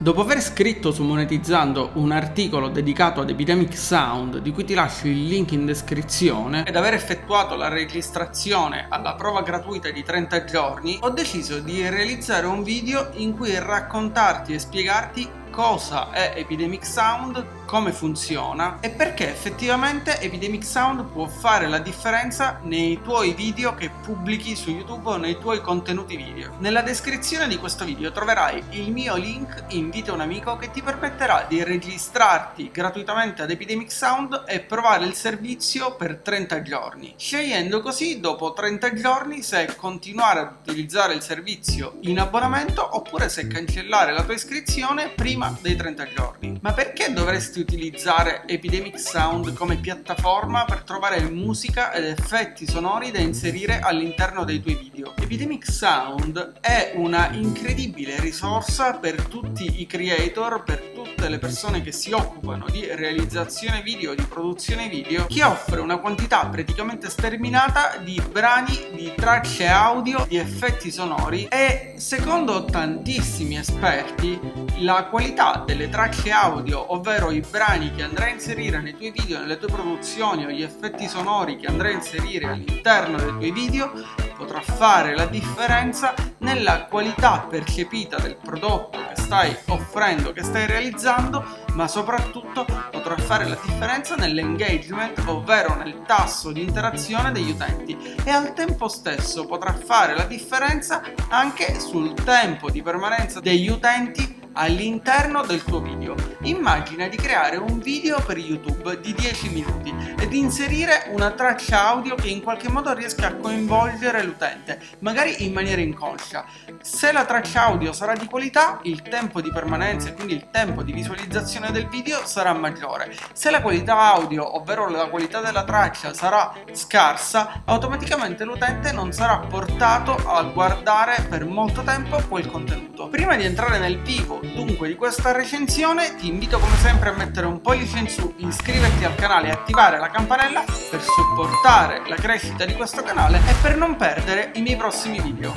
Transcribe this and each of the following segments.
Dopo aver scritto su Monetizzando un articolo dedicato ad Epidemic Sound, di cui ti lascio il link in descrizione, ed aver effettuato la registrazione alla prova gratuita di 30 giorni, ho deciso di realizzare un video in cui raccontarti e spiegarti cosa è Epidemic Sound, come funziona e perché effettivamente Epidemic Sound può fare la differenza nei tuoi video che pubblichi su YouTube o nei tuoi contenuti video. Nella descrizione di questo video troverai il mio link Invita un amico che ti permetterà di registrarti gratuitamente ad Epidemic Sound e provare il servizio per 30 giorni, scegliendo così dopo 30 giorni se continuare ad utilizzare il servizio in abbonamento oppure se cancellare la tua iscrizione prima dei 30 giorni. Ma perché dovresti utilizzare Epidemic Sound come piattaforma per trovare musica ed effetti sonori da inserire all'interno dei tuoi video? Epidemic Sound è una incredibile risorsa per tutti i creator, per tutte le persone che si occupano di realizzazione video, di produzione video, che offre una quantità praticamente sterminata di brani, di tracce audio, di effetti sonori e secondo tantissimi esperti la qualità delle tracce audio, ovvero i brani che andrai a inserire nei tuoi video, nelle tue produzioni o gli effetti sonori che andrai a inserire all'interno dei tuoi video, potrà fare la differenza nella qualità percepita del prodotto che stai offrendo, che stai realizzando, ma soprattutto potrà fare la differenza nell'engagement, ovvero nel tasso di interazione degli utenti, e al tempo stesso potrà fare la differenza anche sul tempo di permanenza degli utenti all'interno del tuo video. Immagina di creare un video per YouTube di 10 minuti e di inserire una traccia audio che in qualche modo riesca a coinvolgere l'utente, magari in maniera inconscia. Se la traccia audio sarà di qualità, il tempo di permanenza e quindi il tempo di visualizzazione del video sarà maggiore. Se la qualità audio, ovvero la qualità della traccia, sarà scarsa, automaticamente l'utente non sarà portato a guardare per molto tempo quel contenuto. Prima di entrare nel vivo dunque di questa recensione, ti invito come sempre a mettere un pollice in su, iscriverti al canale e attivare la campanella per supportare la crescita di questo canale e per non perdere i miei prossimi video.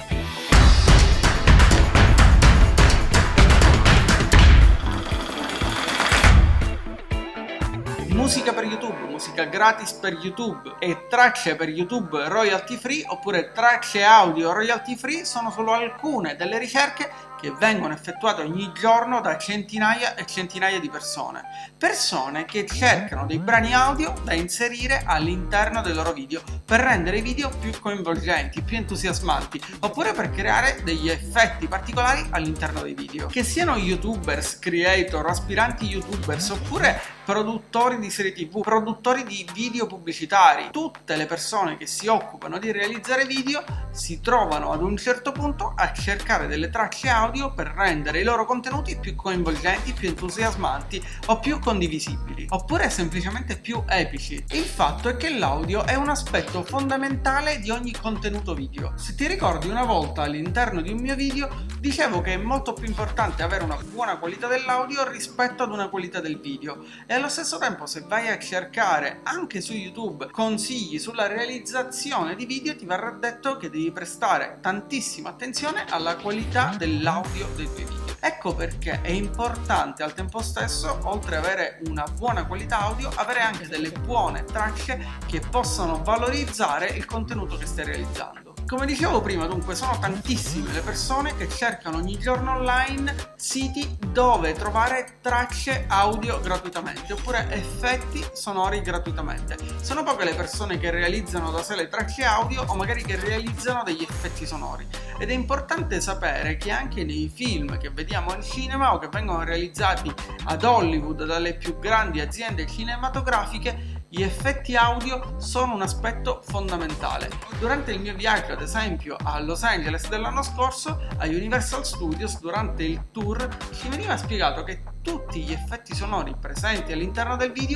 Musica per YouTube, musica gratis per YouTube e tracce per YouTube royalty free oppure tracce audio royalty free sono solo alcune delle ricerche che vengono effettuate ogni giorno da centinaia e centinaia di persone che cercano dei brani audio da inserire all'interno dei loro video per rendere i video più coinvolgenti, più entusiasmanti, oppure per creare degli effetti particolari all'interno dei video. Che siano youtubers, creator, aspiranti youtubers oppure produttori di serie TV, produttori di video pubblicitari, tutte le persone che si occupano di realizzare video si trovano ad un certo punto a cercare delle tracce audio per rendere i loro contenuti più coinvolgenti, più entusiasmanti o più condivisibili, oppure semplicemente più epici. Il fatto è che l'audio è un aspetto fondamentale di ogni contenuto video. Se ti ricordi, una volta all'interno di un mio video dicevo che è molto più importante avere una buona qualità dell'audio rispetto ad una qualità del video, e allo stesso tempo se vai a cercare anche su YouTube consigli sulla realizzazione di video ti verrà detto che devi prestare tantissima attenzione alla qualità dell'audio dei tuoi video. Ecco perché è importante al tempo stesso, oltre ad avere una buona qualità audio, avere anche delle buone tracce che possano valorizzare il contenuto che stai realizzando. Come dicevo prima, dunque, sono tantissime le persone che cercano ogni giorno online siti dove trovare tracce audio gratuitamente oppure effetti sonori gratuitamente. Sono poche le persone che realizzano da sé le tracce audio o magari che realizzano degli effetti sonori, ed è importante sapere che anche nei film che vediamo al cinema o che vengono realizzati ad Hollywood dalle più grandi aziende cinematografiche, gli effetti audio sono un aspetto fondamentale. Durante il mio viaggio, ad esempio, a Los Angeles dell'anno scorso, a Universal Studios, durante il tour, ci veniva spiegato che tutti gli effetti sonori presenti all'interno del video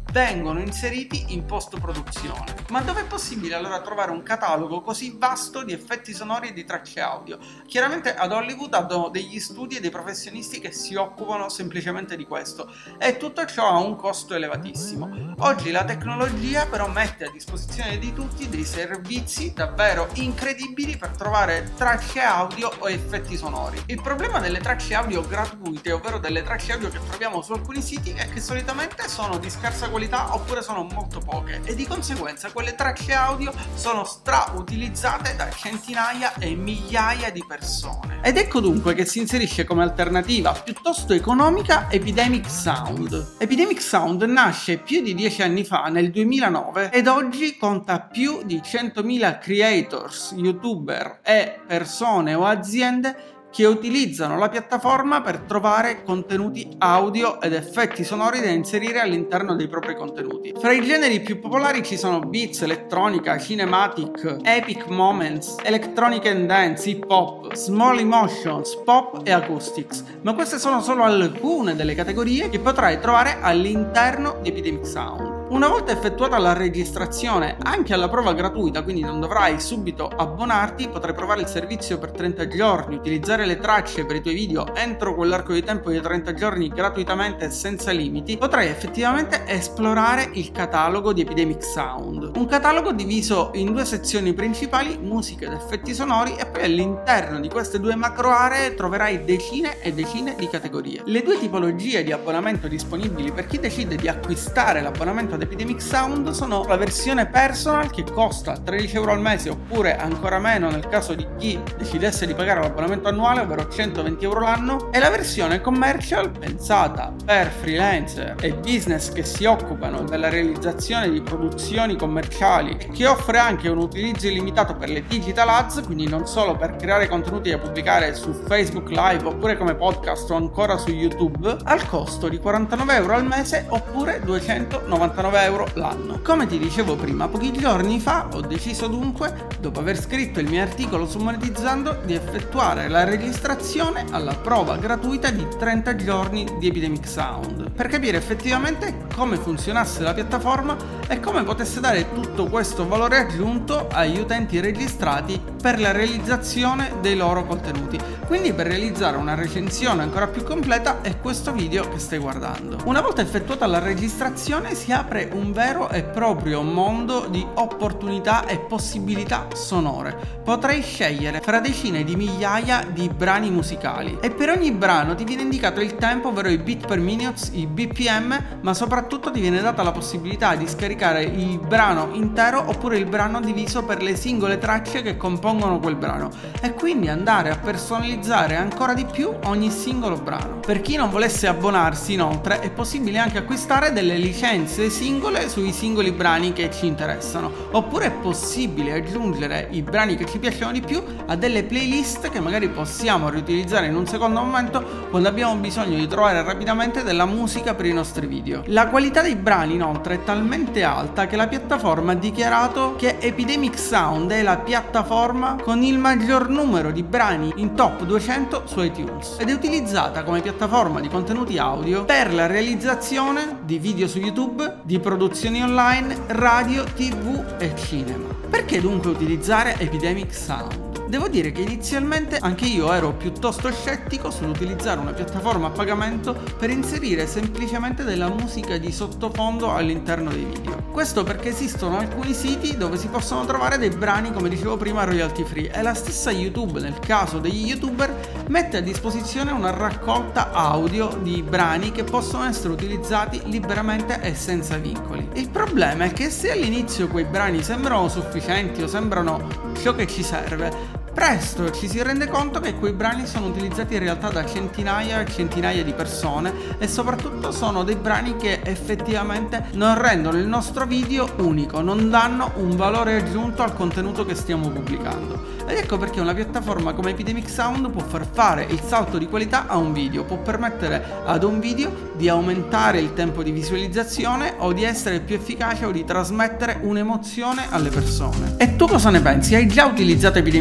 vengono inseriti in post-produzione. Ma dove è possibile allora trovare un catalogo così vasto di effetti sonori e di tracce audio? Chiaramente ad Hollywood hanno degli studi e dei professionisti che si occupano semplicemente di questo, e tutto ciò ha un costo elevatissimo. Oggi la tecnologia però mette a disposizione di tutti dei servizi davvero incredibili per trovare tracce audio o effetti sonori. Il problema delle tracce audio gratuite, ovvero delle tracce audio che troviamo su alcuni siti, è che solitamente sono di scarsa qualità oppure sono molto poche, e di conseguenza quelle tracce audio sono strautilizzate da centinaia e migliaia di persone. Ed ecco dunque che si inserisce come alternativa piuttosto economica Epidemic Sound. Epidemic Sound nasce più di 10 anni fa, nel 2009, ed oggi conta più di 100.000 creators, youtuber e persone o aziende che utilizzano la piattaforma per trovare contenuti audio ed effetti sonori da inserire all'interno dei propri contenuti. Fra i generi più popolari ci sono beats, elettronica, cinematic, epic moments, electronic and dance, hip hop, small emotions, pop e acoustics, ma queste sono solo alcune delle categorie che potrai trovare all'interno di Epidemic Sound. Una volta effettuata la registrazione anche alla prova gratuita, quindi non dovrai subito abbonarti, potrai provare il servizio per 30 giorni, utilizzare le tracce per i tuoi video entro quell'arco di tempo di 30 giorni gratuitamente e senza limiti, potrai effettivamente esplorare il catalogo di Epidemic Sound. Un catalogo diviso in due sezioni principali, musica ed effetti sonori, e poi all'interno di queste due macro aree troverai decine e decine di categorie. Le due tipologie di abbonamento disponibili per chi decide di acquistare l'abbonamento ad Epidemic Sound sono la versione personal, che costa 13 euro al mese, oppure ancora meno nel caso di chi decidesse di pagare l'abbonamento annuale, ovvero 120 euro l'anno, e la versione commercial, pensata per freelancer e business che si occupano della realizzazione di produzioni commerciali, e che offre anche un utilizzo illimitato per le digital ads, quindi non solo per creare contenuti da pubblicare su Facebook Live oppure come podcast o ancora su YouTube, al costo di 49 euro al mese oppure 299 euro l'anno. Come ti dicevo prima, pochi giorni fa ho deciso dunque, dopo aver scritto il mio articolo su Monetizzando, di effettuare la registrazione alla prova gratuita di 30 giorni di Epidemic Sound, per capire effettivamente come funzionasse la piattaforma e come potesse dare tutto questo valore aggiunto agli utenti registrati per la realizzazione dei loro contenuti. Quindi per realizzare una recensione ancora più completa è questo video che stai guardando. Una volta effettuata la registrazione si apre un vero e proprio mondo di opportunità e possibilità sonore. Potrai scegliere fra decine di migliaia di brani musicali, e per ogni brano ti viene indicato il tempo, ovvero i beat per minutes, i BPM, ma soprattutto ti viene data la possibilità di scaricare il brano intero oppure il brano diviso per le singole tracce che compongono quel brano, e quindi andare a personalizzare ancora di più ogni singolo brano. Per chi non volesse abbonarsi, inoltre, è possibile anche acquistare delle licenze singole sui singoli brani che ci interessano, oppure è possibile aggiungere i brani che ci piacciono di più a delle playlist che magari possiamo riutilizzare in un secondo momento quando abbiamo bisogno di trovare rapidamente della musica per i nostri video. La qualità dei brani inoltre è talmente alta che la piattaforma ha dichiarato che Epidemic Sound è la piattaforma con il maggior numero di brani in top 200 su iTunes, ed è utilizzata come piattaforma di contenuti audio per la realizzazione di video su YouTube, di produzioni online, radio, TV e cinema. Perché dunque utilizzare Epidemic Sound? Devo dire che inizialmente anche io ero piuttosto scettico sull'utilizzare una piattaforma a pagamento per inserire semplicemente della musica di sottofondo all'interno dei video. Questo perché esistono alcuni siti dove si possono trovare dei brani, come dicevo prima, royalty free, e la stessa YouTube, nel caso degli YouTuber, mette a disposizione una raccolta audio di brani che possono essere utilizzati liberamente e senza vincoli. Il problema è che se all'inizio quei brani sembrano sufficienti o sembrano ciò che ci serve, presto ci si rende conto che quei brani sono utilizzati in realtà da centinaia e centinaia di persone, e soprattutto sono dei brani che effettivamente non rendono il nostro video unico, non danno un valore aggiunto al contenuto che stiamo pubblicando. Ed ecco perché una piattaforma come Epidemic Sound può far fare il salto di qualità a un video, può permettere ad un video di aumentare il tempo di visualizzazione o di essere più efficace o di trasmettere un'emozione alle persone. E tu cosa ne pensi? Hai già utilizzato Epidemic Sound?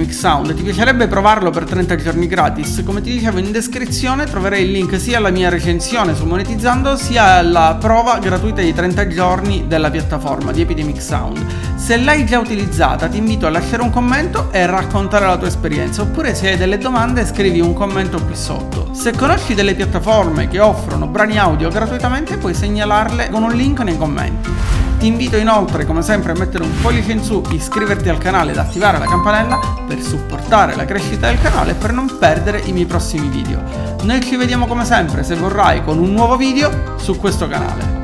Sound, ti piacerebbe provarlo per 30 giorni gratis? Come ti dicevo in descrizione troverai il link sia alla mia recensione su Monetizzando sia alla prova gratuita di 30 giorni della piattaforma di Epidemic Sound. Se l'hai già utilizzata ti invito a lasciare un commento e raccontare la tua esperienza, oppure se hai delle domande scrivi un commento qui sotto. Se conosci delle piattaforme che offrono brani audio gratuitamente puoi segnalarle con un link nei commenti. Ti invito inoltre come sempre a mettere un pollice in su, iscriverti al canale ed attivare la campanella per supportare la crescita del canale e per non perdere i miei prossimi video. Noi ci vediamo come sempre, se vorrai, con un nuovo video su questo canale.